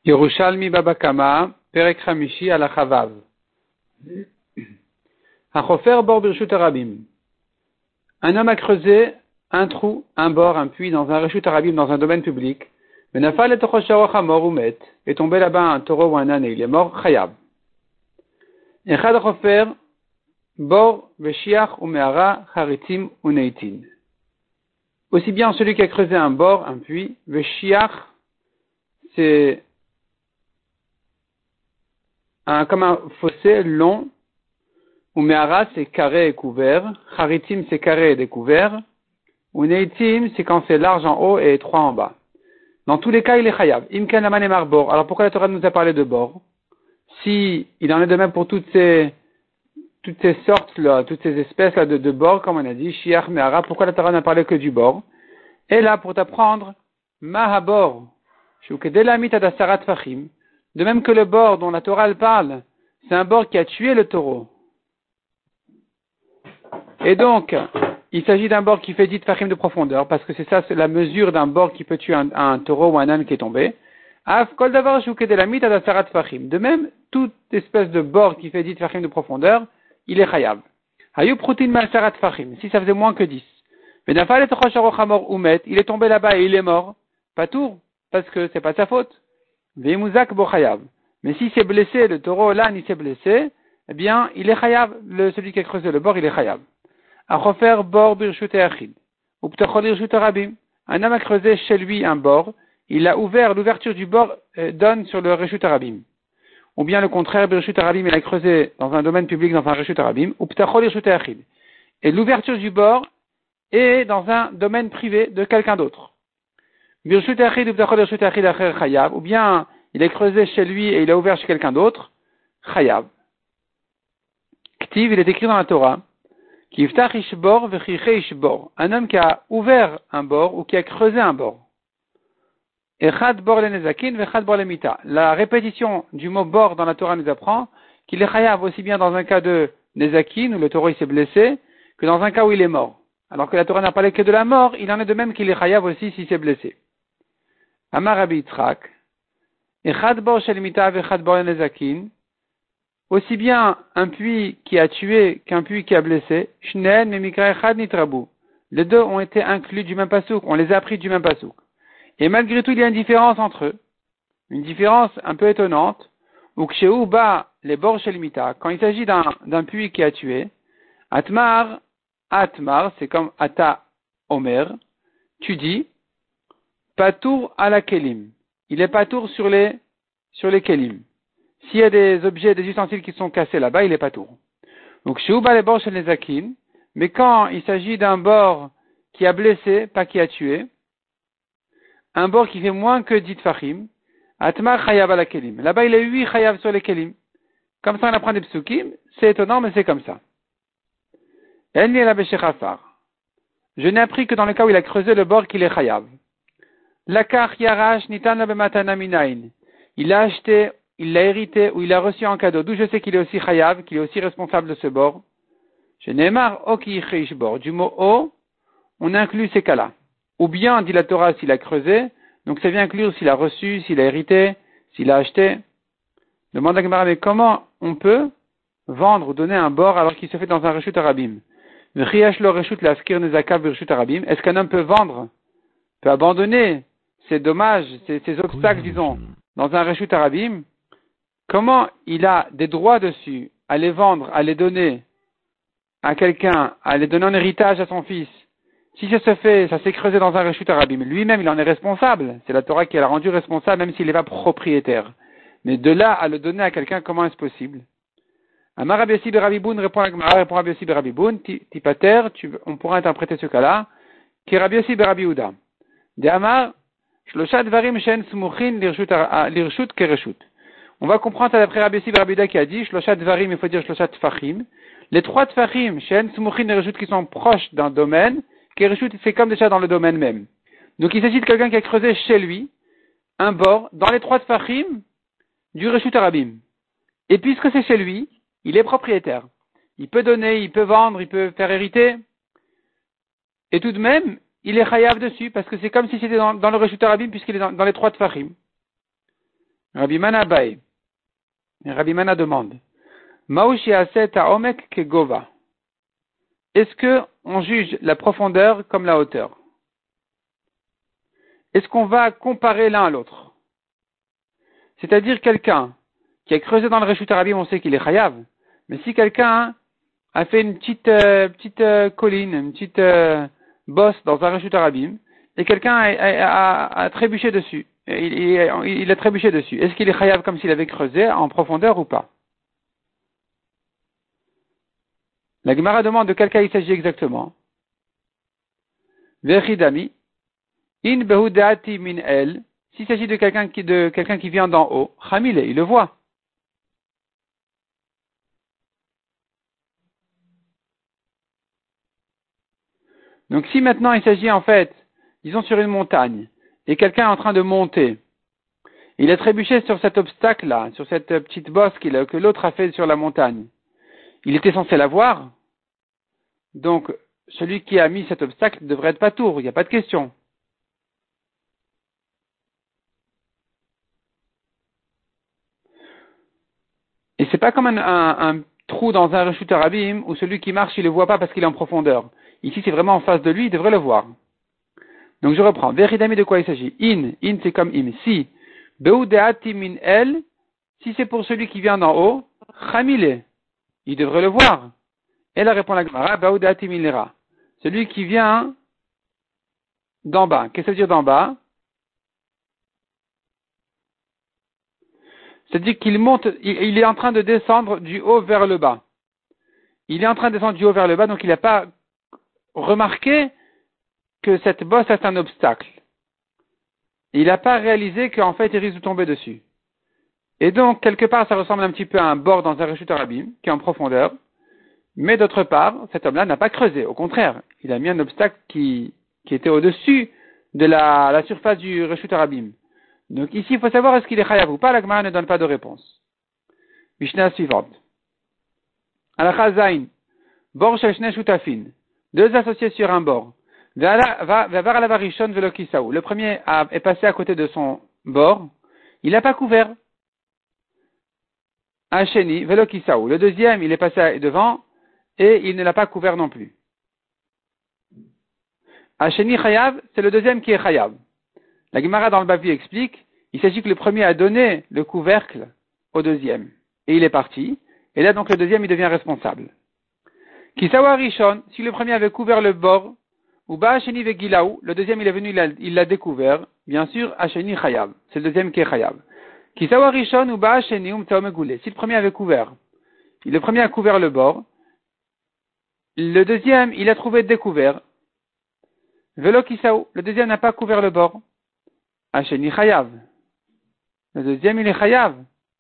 Yerushalmi Baba Kama, Perek Hamishi ala Chavav. Hachofer bor birshut harabim. Un homme a creusé un trou, un bord, un puits dans un reshut harabim, dans un domaine public. Benafal et tochoshawach hamor umet. Est tombé là-bas un taureau ou un âne et il est mort, chayab. Echad hachofer bor veshiach umeara haritim uneitin. Aussi bien celui qui a creusé un bord, un puits, veshiach, c'est comme un fossé long, Umeara, c'est carré et couvert. Haritim, c'est carré et découvert. Uneitim, c'est quand c'est large en haut et étroit en bas. Dans tous les cas, il est chayab. Imken aman emar bor. Alors pourquoi la Torah nous a parlé de bor? Si il en est de même pour toutes ces sortes là, toutes ces espèces là de bor, comme on a dit, shiach, meara, pourquoi la Torah n'a parlé que du bor? Et là, pour t'apprendre, mahabor, shukedelamit adasarat fachim. De même que le bord dont la Torah parle, c'est un bord qui a tué le taureau. Et donc, il s'agit d'un bord qui fait 10 fachim de profondeur, parce que c'est ça, c'est la mesure d'un bord qui peut tuer un taureau ou un âne qui est tombé. De même, toute espèce de bord qui fait 10 fachim de profondeur, il est chayab. Si ça faisait moins que 10. Il est tombé là-bas et il est mort. Pas tout, parce que c'est pas sa faute. Mais si c'est blessé, le taureau, l'âne, il s'est blessé, eh bien, il est chayab. Celui qui a creusé le bord, il est chayab. Achofer bor birshut achid. Ou ptachol birshut harabim. Un homme a creusé chez lui un bord, il a ouvert, l'ouverture du bord donne sur le reshut harabim. Ou bien le contraire, birshut harabim, il a creusé dans un domaine public, dans un reshut harabim, ou ptachol birshut achid. Et l'ouverture du bord est dans un domaine privé de quelqu'un d'autre. Birshut achid ou ptachol birshut achid acher chayab. Ou bien il a creusé chez lui et il a ouvert chez quelqu'un d'autre, chayab. Ktiv, il est écrit dans la Torah, un homme qui a ouvert un bord ou qui a creusé un bord. La répétition du mot bord dans la Torah nous apprend qu'il est chayav aussi bien dans un cas de nezakin où le taureau il s'est blessé que dans un cas où il est mort. Alors que la Torah n'a parlé que de la mort, il en est de même qu'il est chayav aussi s'il s'est blessé. Amar Rabbi Yitzchak, echad bor shel mita vechad bor nezakin. Aussi bien un puits qui a tué qu'un puits qui a blessé. Shne'en memikra echad nitrabu. Les deux ont été inclus du même pasouk. On les a appris du même pasouk. Et malgré tout, il y a une différence entre eux. Une différence un peu étonnante. Ou kshehu ba les bor shel mita. Quand il s'agit d'un puits qui a tué. Atmar, c'est comme ata omer. Tu dis, patour ala kelim. Il est patour sur les kelim. S'il y a des objets, des ustensiles qui sont cassés là-bas, il est pas tout. Donc, Sheuba les bords chez les Akin, mais quand il s'agit d'un bord qui a blessé, pas qui a tué, un bord qui fait moins que 10 fachim, Atmar chayav ala kelim. Là-bas, il est 8 chayav sur les kelim. Comme ça, on apprend des psukim, c'est étonnant, mais c'est comme ça. Je n'ai appris que dans le cas où il a creusé le bord qu'il est chayav. Lakach yarash nitan la bematana minayin. Il a acheté, il l'a hérité ou il l'a reçu en cadeau. D'où je sais qu'il est aussi chayav, qu'il est aussi responsable de ce bord. Je n'ai marre o ki yichish bord. Du mot o, on inclut ces cas-là. Ou bien, dit la Torah, s'il a creusé, donc ça vient inclure s'il a reçu, s'il a hérité, s'il a acheté. Demande à Gemara, mais comment on peut vendre ou donner un bord alors qu'il se fait dans un reshut harabim? Est-ce qu'un homme peut vendre, peut abandonner ces dommages, ces obstacles, disons, dans un reshut harabim? Comment il a des droits dessus, à les vendre, à les donner à quelqu'un, à les donner en héritage à son fils? Si ça se fait, ça s'est creusé dans un reshut harabim, lui-même il en est responsable. C'est la Torah qui l'a rendu responsable, même s'il n'est pas propriétaire. Mais de là à le donner à quelqu'un, comment est-ce possible? Amar Rabbi Yossi ben Rabbi Boun répond Rabbi Yossi ben Rabbi Boun, Tipater, on pourra interpréter ce cas-là, qui est Rabbi Yossi ben Rabbi Yehuda. De Amar, Shlosha dvarim shen smuchin lirshut kereshut. On va comprendre d'après Rabbi Yossi ben Rabbi Yehuda qui a dit, Shlosha dvarim, il faut dire Shlosha tfachim. Les 3 tfachim, shen smuchin lirshut, qui sont proches d'un domaine, kereshut, c'est comme déjà dans le domaine même. Donc il s'agit de quelqu'un qui a creusé chez lui un bord dans les 3 tfachim du reshut harabim. Et puisque c'est chez lui, il est propriétaire. Il peut donner, il peut vendre, il peut faire hériter. Et tout de même, il est chayav dessus, parce que c'est comme si c'était dans le reshut harabim, puisqu'il est dans les 3 tfachim. Rabbi Mana Bae. Rabbi Mana demande. Maushi aset omek kegova. Est-ce que on juge la profondeur comme la hauteur? Est-ce qu'on va comparer l'un à l'autre? C'est-à-dire quelqu'un qui a creusé dans le Reshut Harabim, on sait qu'il est chayav. Mais si quelqu'un a fait une petite colline, une petite bosse dans un Reshut Harabim, et quelqu'un a trébuché dessus, il a trébuché dessus, est-ce qu'il est chayav comme s'il avait creusé en profondeur ou pas? La Gemara demande de quel cas il s'agit exactement. Vechidami, in behudaati min el, s'il s'agit de quelqu'un qui vient d'en haut, chamile, il le voit. Donc si maintenant il s'agit en fait, disons sur une montagne, et quelqu'un est en train de monter, il a trébuché sur cet obstacle-là, sur cette petite bosse que l'autre a fait sur la montagne, il était censé la voir, donc celui qui a mis cet obstacle devrait être patour, il n'y a pas de question. Et c'est pas comme un trou dans un Reshut Harabim où celui qui marche il le voit pas parce qu'il est en profondeur. Ici c'est vraiment en face de lui, il devrait le voir. Donc je reprends. Veridami, de quoi il s'agit? In c'est comme im. Si beudeati min el, si c'est pour celui qui vient d'en haut, chamile, il devrait le voir. Et là répond la Gemara, beudeati min lera. Celui qui vient d'en bas. Qu'est-ce que ça veut dire d'en bas? C'est-à-dire qu'il monte, il est en train de descendre du haut vers le bas. Il est en train de descendre du haut vers le bas, donc il n'a pas remarqué que cette bosse est un obstacle. Il n'a pas réalisé qu'en fait il risque de tomber dessus. Et donc, quelque part, ça ressemble un petit peu à un bord dans un Reshut Harabim, qui est en profondeur. Mais d'autre part, cet homme-là n'a pas creusé. Au contraire, il a mis un obstacle qui était au-dessus de la surface du Reshut Harabim. Donc ici, il faut savoir est-ce qu'il est chayav ou pas. La Gemara ne donne pas de réponse. Mishnah suivante. Alakha Zain. Bor sheshne shutafin. Deux associés sur un bord. Le premier est passé à côté de son bord. Il n'a pas couvert. Asheni velo kisaou. Le deuxième, il est passé devant et il ne l'a pas couvert non plus. Asheni chayav, c'est le deuxième qui est chayav. La Gemara dans le Bavi explique, il s'agit que le premier a donné le couvercle au deuxième. Et il est parti. Et là, donc, le deuxième, il devient responsable. Kisawa Rishon, si le premier avait couvert le bord, ou ba Hasheni vegilaou, le deuxième, il est venu, il l'a découvert, bien sûr, Hasheni chayav. C'est le deuxième qui est chayav. Kisawa Rishon, ou ba Hasheni, umtaomegoulé. Si le premier avait couvert, le premier a couvert le bord, le deuxième, il a trouvé découvert. Velo kisaou, le deuxième n'a pas couvert le bord. Hasheni chayav. Le deuxième, il est chayav.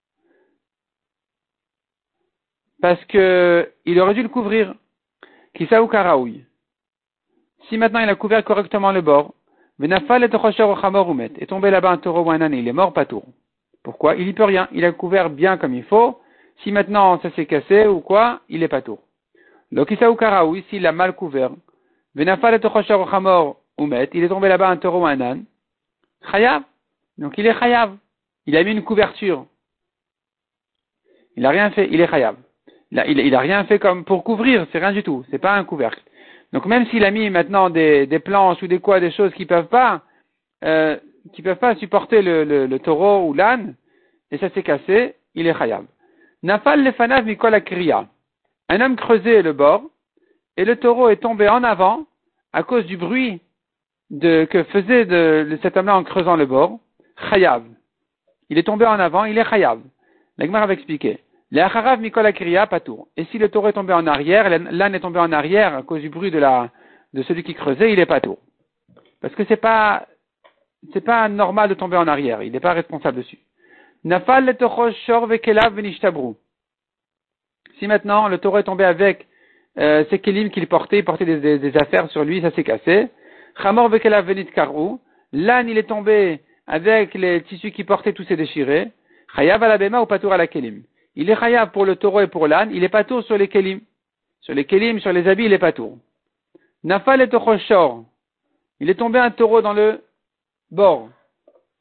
Parce que il aurait dû le couvrir. Kisaou karaoui. Si maintenant il a couvert correctement le bord, Venafal est tombé là-bas un taureau ou un âne, il est mort, pas tour. Pourquoi? Il n'y peut rien. Il a couvert bien comme il faut. Si maintenant ça s'est cassé ou quoi, il est pas tour. Donc Kisaou karaoui, s'il a mal couvert, Venafal il est tombé là-bas un taureau ou un âne, chayav. Donc il est chayav. Il a mis une couverture. Il n'a rien fait, il est chayav. Il a rien fait comme pour couvrir, c'est rien du tout, c'est pas un couvercle. Donc même s'il a mis maintenant des planches ou des choses qui peuvent pas supporter le taureau ou l'âne, et ça s'est cassé, il est chayav. Nafal lefanav mikol akriya. Un homme creusait le bord, et le taureau est tombé en avant, à cause du bruit que faisait cet homme-là en creusant le bord, chayav. Il est tombé en avant, il est chayav. La Gemara va expliquer. Les acharav mikol akriya patour. Et si le taureau est tombé en arrière, l'âne est tombé en arrière à cause du bruit de celui qui creusait, il est patour. Parce que c'est pas normal de tomber en arrière. Il n'est pas responsable dessus. Nafal le taureau shor vekelav venishtabru. Si maintenant le taureau est tombé avec ses kelim qu'il portait, il portait des affaires sur lui, ça s'est cassé. Chamor vekelav venitkaru. L'âne il est tombé avec les tissus qu'il portait, tout s'est déchiré. Chayav alabema ou patour à la kelim. Il est chayav pour le taureau et pour l'âne, il est patour sur les kelim. Sur les kelim, sur les habits, il est patour. Nafal et tochoshor. Il est tombé un taureau dans le bord.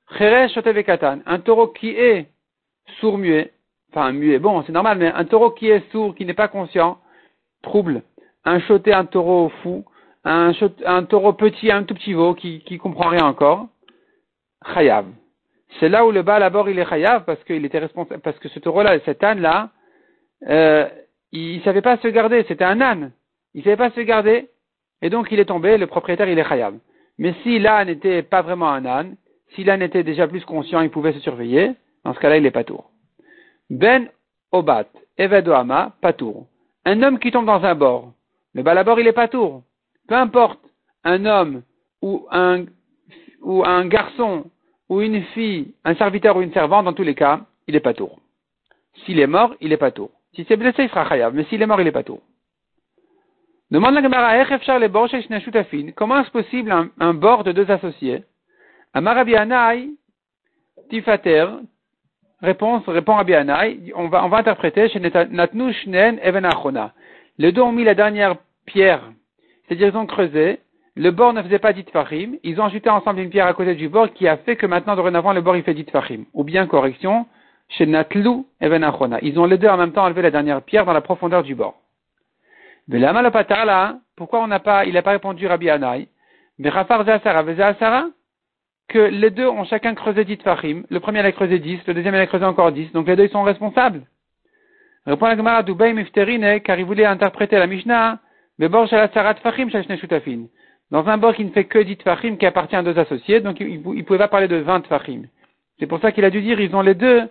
Cheresh shotev katan, un taureau qui est sourd-muet, enfin muet, bon, c'est normal, mais un taureau qui est sourd, qui n'est pas conscient, trouble. Un choté, un taureau fou, un taureau petit, un tout petit veau qui comprend rien encore. Chayav. C'est là où le Baal d'abord il est chayav parce qu'il était responsable, parce que ce taureau-là, cet âne-là, il savait pas se garder, c'était un âne. Il savait pas se garder, et donc il est tombé, le propriétaire il est chayav. Mais si l'âne n'était pas vraiment un âne, si l'âne était déjà plus conscient, il pouvait se surveiller, dans ce cas-là il est patour. Ben Obat, Eved Ohama, patour. Un homme qui tombe dans un bord, le Baal d'abord il est patour. Peu importe, un homme ou un garçon ou une fille, un serviteur ou une servante, dans tous les cas, il est patour. S'il est mort, il est patour. Si c'est blessé, il sera chayav, mais s'il est mort, il est patour. Demande la Gemara, comment est-ce possible un bord de deux associés? Amar Rabbi Anaï, Tifater, répond Rabbi Anaï, on va interpréter, Natnu Shnen Even Achona. Les deux ont mis la dernière pierre, c'est-à-dire ils ont creusé, le bord ne faisait pas dit Fahim, ils ont ajouté ensemble une pierre à côté du bord qui a fait que maintenant, dorénavant, le bord il fait dit Fahim. Ou bien, correction, chez Natlu Even Achona. Ils ont les deux en même temps enlevé la dernière pierre dans la profondeur du bord. Mais la malopatara là, pourquoi il n'a pas répondu Rabbi Anaï? Mais Rafar Zahasara, que les deux ont chacun creusé 10 Fahim, le premier a creusé 10, le deuxième a creusé encore 10, donc les deux ils sont responsables. Répond la Gemara Dubaï Mifterine, car il voulait interpréter la Mishnah, Bebor Shalatsarat Fahim Shashne Shutafin. Dans un bord qui ne fait que 10 Fahim, qui appartient à deux associés, donc il ne pouvait pas parler de 20 Fahim. C'est pour ça qu'il a dû dire, ils ont les deux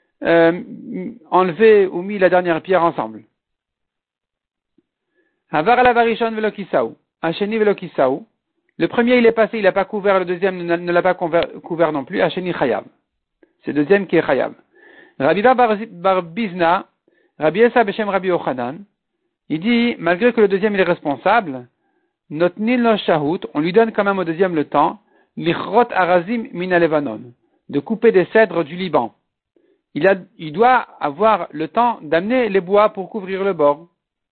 enlevé ou mis la dernière pierre ensemble. Havar alavarishon velokisaou, Hacheni velokisaou. Le premier il est passé, il n'a pas couvert, le deuxième ne l'a pas couvert non plus, Hacheni chayav. C'est le deuxième qui est chayav. Rabbi bar Bizna, Rabbi Esa Beshem Rabbi Yochanan, il dit, malgré que le deuxième il est responsable, Notnil lo shahut, on lui donne quand même au deuxième le temps, lichrot arazim min Lebanon, de couper des cèdres du Liban. Il doit avoir le temps d'amener les bois pour couvrir le bord.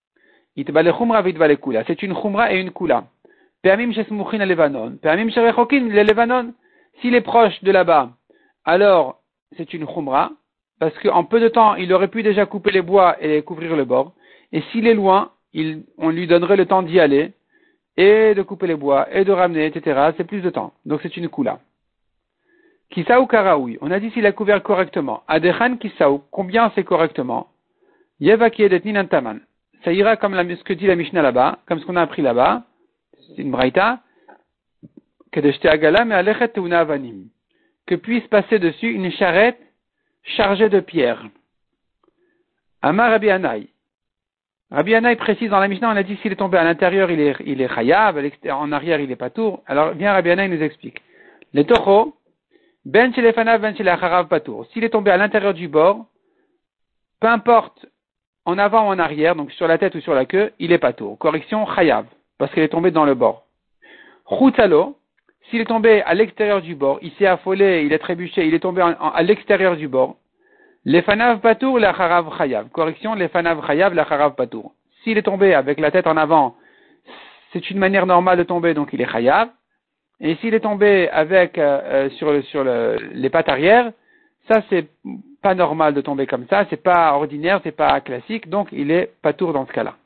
C'est une khumra et une kula. Permim shesmuchin à Lebanon. Permim sherechokin le Lebanon. S'il est proche de là-bas, alors c'est une khumra, parce qu'en peu de temps, il aurait pu déjà couper les bois et couvrir le bord. Et s'il est loin, on lui donnerait le temps d'y aller, et de couper les bois, et de ramener, etc. C'est plus de temps. Donc c'est une kula. Kisaou karaoui. On a dit s'il a couvert correctement. Adechan kisaou. Combien c'est correctement? Yeva ki edetnin antaman. Ça ira comme ce que dit la Mishnah là-bas, comme ce qu'on a appris là-bas. C'est une braïta. Kedeshte agala me alechet teuna avanim. Que puisse passer dessus une charrette chargée de pierres. Amar Rabbi Anaï. Rabbi Anaï précise dans la Mishnah, on a dit s'il est tombé à l'intérieur, il est chayav, en arrière, il est patour. Alors, viens Rabbi Anaï nous explique. Les tocho, ben shelefanav, ben shelacharav patour. S'il est tombé à l'intérieur du bord, peu importe, en avant ou en arrière, donc sur la tête ou sur la queue, il est patour. Correction, chayav, parce qu'il est tombé dans le bord. Chutalo, s'il est tombé à l'extérieur du bord, il s'est affolé, il est trébuché, il est tombé à l'extérieur du bord. Lefanav patour, l'acharav chayav. Correction, lefanav chayav, l'acharav patour. S'il est tombé avec la tête en avant, c'est une manière normale de tomber, donc il est chayav. Et s'il est tombé avec sur les pattes arrière, ça c'est pas normal de tomber comme ça, c'est pas ordinaire, c'est pas classique, donc il est patour dans ce cas-là.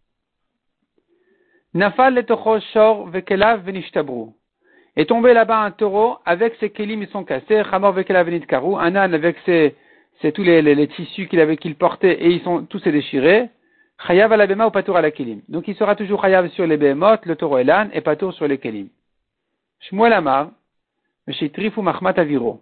Nafal letocho shor vekelav venishtabru. Est tombé là-bas un taureau avec ses kelim, ils sont cassés, chamor vekelav venitkaru, un âne avec tous les tissus qu'il portait et ils sont tous déchirés. Chayav à la bema ou patour à la kelim. Donc il sera toujours chayav sur les behemoth, le taureau et l'âne, et patour sur les kelim. Shmuel Amar, Meshitrifu Machmat Aviro.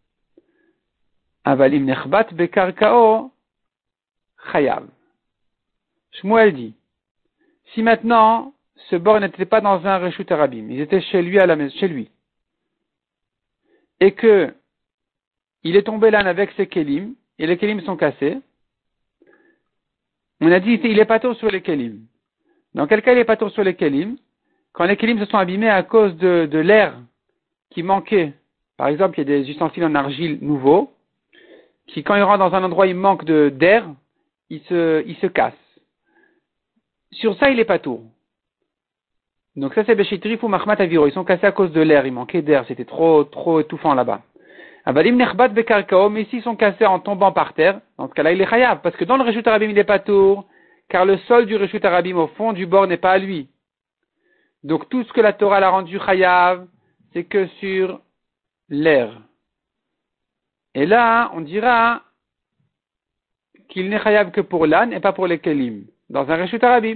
Avalim Nechbat Bekarkao Chayav. Shmuel dit, si maintenant, ce bord n'était pas dans un Reshut Arabim, ils étaient chez lui chez lui, et que il est tombé l'âne avec ses kelim, et les kelim sont cassés, on a dit, il est patour sur les kelim. Dans quel cas il est patour sur les kelim? Quand les kelim se sont abîmés à cause de l'air qui manquait. Par exemple, il y a des ustensiles en argile nouveaux, qui quand ils rentrent dans un endroit, il manque d'air, ils se cassent. Sur ça, il est patour. Donc ça, c'est Beshitrif ou Mahmat Aviro. Ils sont cassés à cause de l'air, il manquait d'air, c'était trop étouffant là-bas. Avalim nechbat bekarkao, mais s'ils sont cassés en tombant par terre, dans ce cas-là, il est chayav, parce que dans le Reshut Arabim, il est patour, car le sol du Reshut Arabim au fond du bord n'est pas à lui. Donc tout ce que la Torah l'a rendu chayav, c'est que sur l'air. Et là, on dira qu'il n'est chayav que pour l'âne et pas pour les kelim, dans un Reshut Arabim.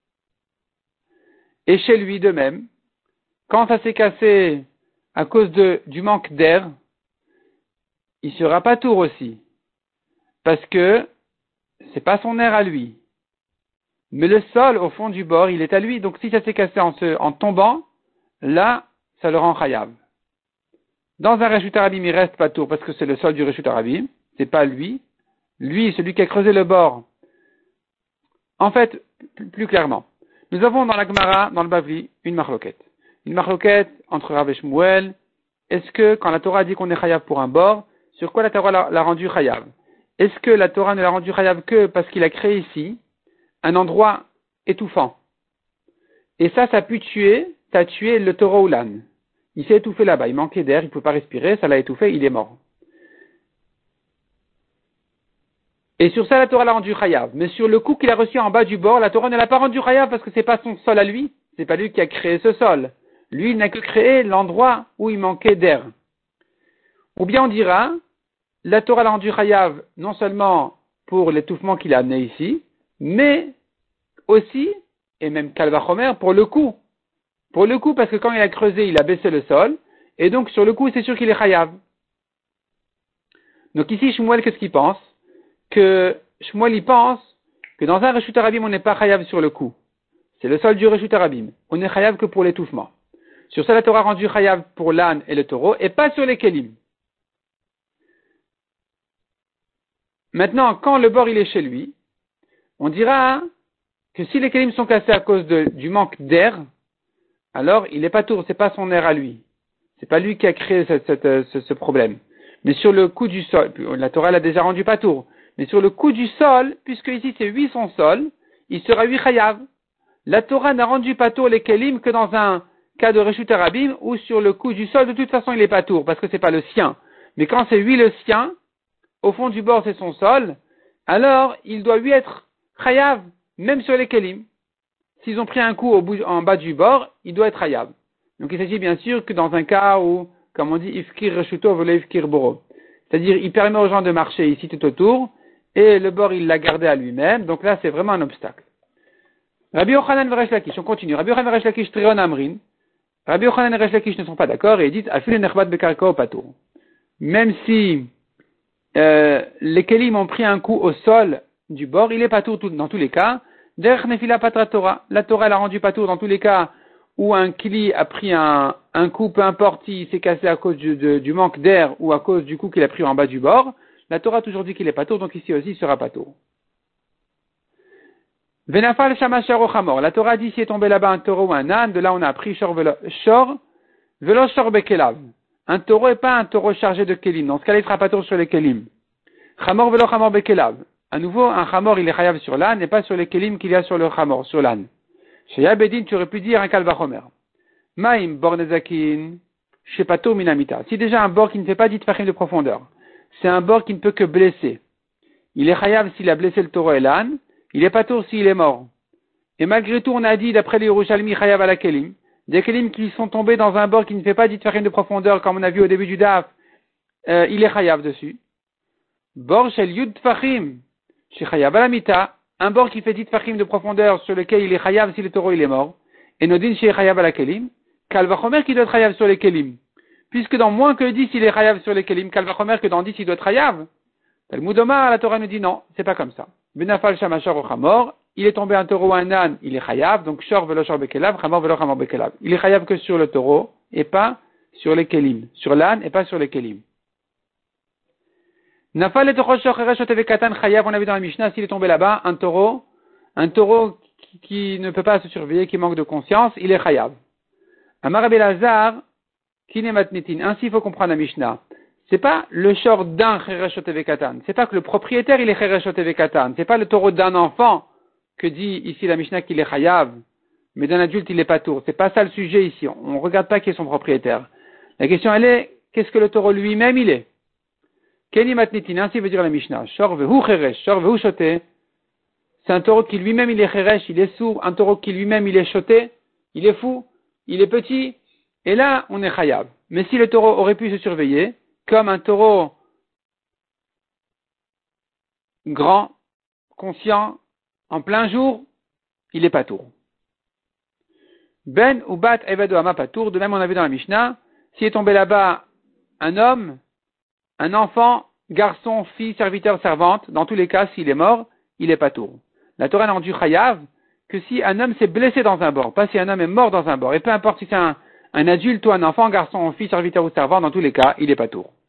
Et chez lui de même, quand ça s'est cassé à cause du manque d'air, il sera pas tour aussi. Parce que c'est pas son air à lui. Mais le sol, au fond du bord, il est à lui. Donc si ça s'est cassé en tombant, là, ça le rend chayav. Dans un Reshut Arabim, il reste pas tour parce que c'est le sol du Reshut Arabim. C'est pas lui. Lui, celui qui a creusé le bord. En fait, plus clairement, nous avons dans la Gemara, dans le Bavli, une marloquette. Une marloquette entre Rav et Shmuel. Est-ce que, quand la Torah dit qu'on est chayav pour un bord, sur quoi la Torah l'a rendu chayav? Est-ce que la Torah ne l'a rendu chayav que parce qu'il a créé ici un endroit étouffant? Et ça a tué le taureau ou l'âne. Il s'est étouffé là-bas, il manquait d'air, il ne pouvait pas respirer, ça l'a étouffé, il est mort. Et sur ça, la Torah l'a rendu chayav. Mais sur le coup qu'il a reçu en bas du bord, la Torah ne l'a pas rendu chayav parce que c'est pas son sol à lui. C'est pas lui qui a créé ce sol. Lui, il n'a que créé l'endroit où il manquait d'air. Ou bien on dira, la Torah l'a rendu chayav non seulement pour l'étouffement qu'il a amené ici, mais aussi, et même Kal Vachomer, pour le coup. Pour le coup, parce que quand il a creusé, il a baissé le sol, et donc sur le coup, c'est sûr qu'il est chayav. Donc ici, Shmuel, qu'est-ce qu'il pense? Que Shmuel, il pense que dans un Reshut Arabim, on n'est pas chayav sur le coup. C'est le sol du Reshut Arabim. On n'est chayav que pour l'étouffement. Sur ça, la Torah a rendu chayav pour l'âne et le taureau, et pas sur les kelim. Maintenant, quand le bord il est chez lui, on dira que si les kelim sont cassés à cause du manque d'air, alors il n'est pas tour, c'est pas son air à lui. C'est pas lui qui a créé ce problème. Mais sur le coup du sol, la Torah l'a déjà rendu pas tour. Mais sur le coup du sol, puisque ici c'est 8 son sol, il sera 8 chayav. La Torah n'a rendu pas tour les kelim que dans un cas de Reshut Arabim où sur le coup du sol, de toute façon il est pas tour, parce que c'est pas le sien. Mais quand c'est lui le sien, au fond du bord c'est son sol, alors il doit lui être chayav, même sur les kelim. S'ils ont pris un coup en bas du bord, il doit être chayav. Donc il s'agit bien sûr que dans un cas où, comme on dit, ifkir reshuto vole ifkir boro. C'est-à-dire, il permet aux gens de marcher ici tout autour, et le bord il l'a gardé à lui-même, donc là c'est vraiment un obstacle. Rabbi Yochanan et Resh Lakish, on continue. Rabbi Yochanan et Resh Lakish trion amrin. Rabbi Yochanan et Resh Lakish ne sont pas d'accord et ils disent afil nechbat bekarkao patour. Même si les kelim ont pris un coup au sol du bord, il est patour dans tous les cas. Derech nefila patra Torah. La Torah l'a rendu patour dans tous les cas où un kli a pris un coup, peu importe s'il s'est cassé à cause du manque d'air ou à cause du coup qu'il a pris en bas du bord. La Torah a toujours dit qu'il est patour, donc ici aussi il sera patour. Venafal shama shor ochamor. La Torah dit s'il est tombé là-bas un taureau ou un âne, de là on a appris shor velo shor bekelav. Un taureau et pas un taureau chargé de kelim. Dans ce cas-là, il sera patour sur les kelim. Chamor velo chamor bekelav. À nouveau, un chamor il est chayav sur l'âne et pas sur les kelim qu'il y a sur le chamor, sur l'âne. Chez Yabedin, tu aurais pu dire un Kal Vachomer. Maim bornezakin shepato minamita. Si déjà un bord qui ne fait pas 10 tfachim de profondeur, c'est un bord qui ne peut que blesser. Il est chayav s'il a blessé le taureau et l'âne. Il est pas tour s'il est mort. Et malgré tout, on a dit, d'après les Yerushalmi, chayav à la kelim, des kelim qui sont tombés dans un bord qui ne fait pas 10 tfachim de profondeur, comme on a vu au début du daf, il est chayav dessus. Bord shel yud tfachim, chez chayav à la mita, un bord qui fait 10 tfachim de profondeur sur lequel il est chayav si le taureau il est mort. Et nodin chez chayav à la kelim, Kal Vachomer qui doit être chayav sur les kelim. Puisque dans moins que 10 il est chayav sur les kelim, Kal Vachomer que dans 10 il doit être chayav. Talmud Omar, la Torah nous dit non, c'est pas comme ça. Benafal shamashar au chamor, il est tombé un taureau ou un âne, il est chayav, donc shor velo shor bekelav, chamor velo chamor bekelav. Il est chayav que sur le taureau et pas sur les kelim, sur l'âne et pas sur les kelim. Nafal et taureau shor cheresh otevekatan chayav, on a vu dans la Mishnah, s'il est tombé là-bas, un taureau qui ne peut pas se surveiller, qui manque de conscience, il est chayav. Amar Rabbi Elazar, kinematnitin, ainsi il faut comprendre la Mishnah. C'est pas le shor d'un Cheresh Otevekatan. C'est pas que le propriétaire il est Cheresh Otevekatan. C'est pas le taureau d'un enfant que dit ici la Mishnah qu'il est chayav, mais d'un adulte il est pas tour. C'est pas ça le sujet ici. On regarde pas qui est son propriétaire. La question elle est, qu'est-ce que le taureau lui-même il est? Keni matnitin, ainsi veut dire la Mishnah. Shor vehu cheresh, shor vehu shoté. C'est un taureau qui lui-même il est cheresh, il est sourd. Un taureau qui lui-même il est shoté, il est fou, il est petit. Et là, on est chayav. Mais si le taureau aurait pu se surveiller, comme un taureau grand, conscient, en plein jour, il est patour. Ben ou bat evado ama patour. De même, on a vu dans la Mishnah, s'il est tombé là-bas un homme, un enfant, garçon, fille, serviteur, servante, dans tous les cas, s'il est mort, il est patour. La Torah n'a rendu chayav que si un homme s'est blessé dans un bord, pas si un homme est mort dans un bord. Et peu importe si c'est un adulte ou un enfant, garçon, fille, serviteur ou servant, dans tous les cas, il est patour.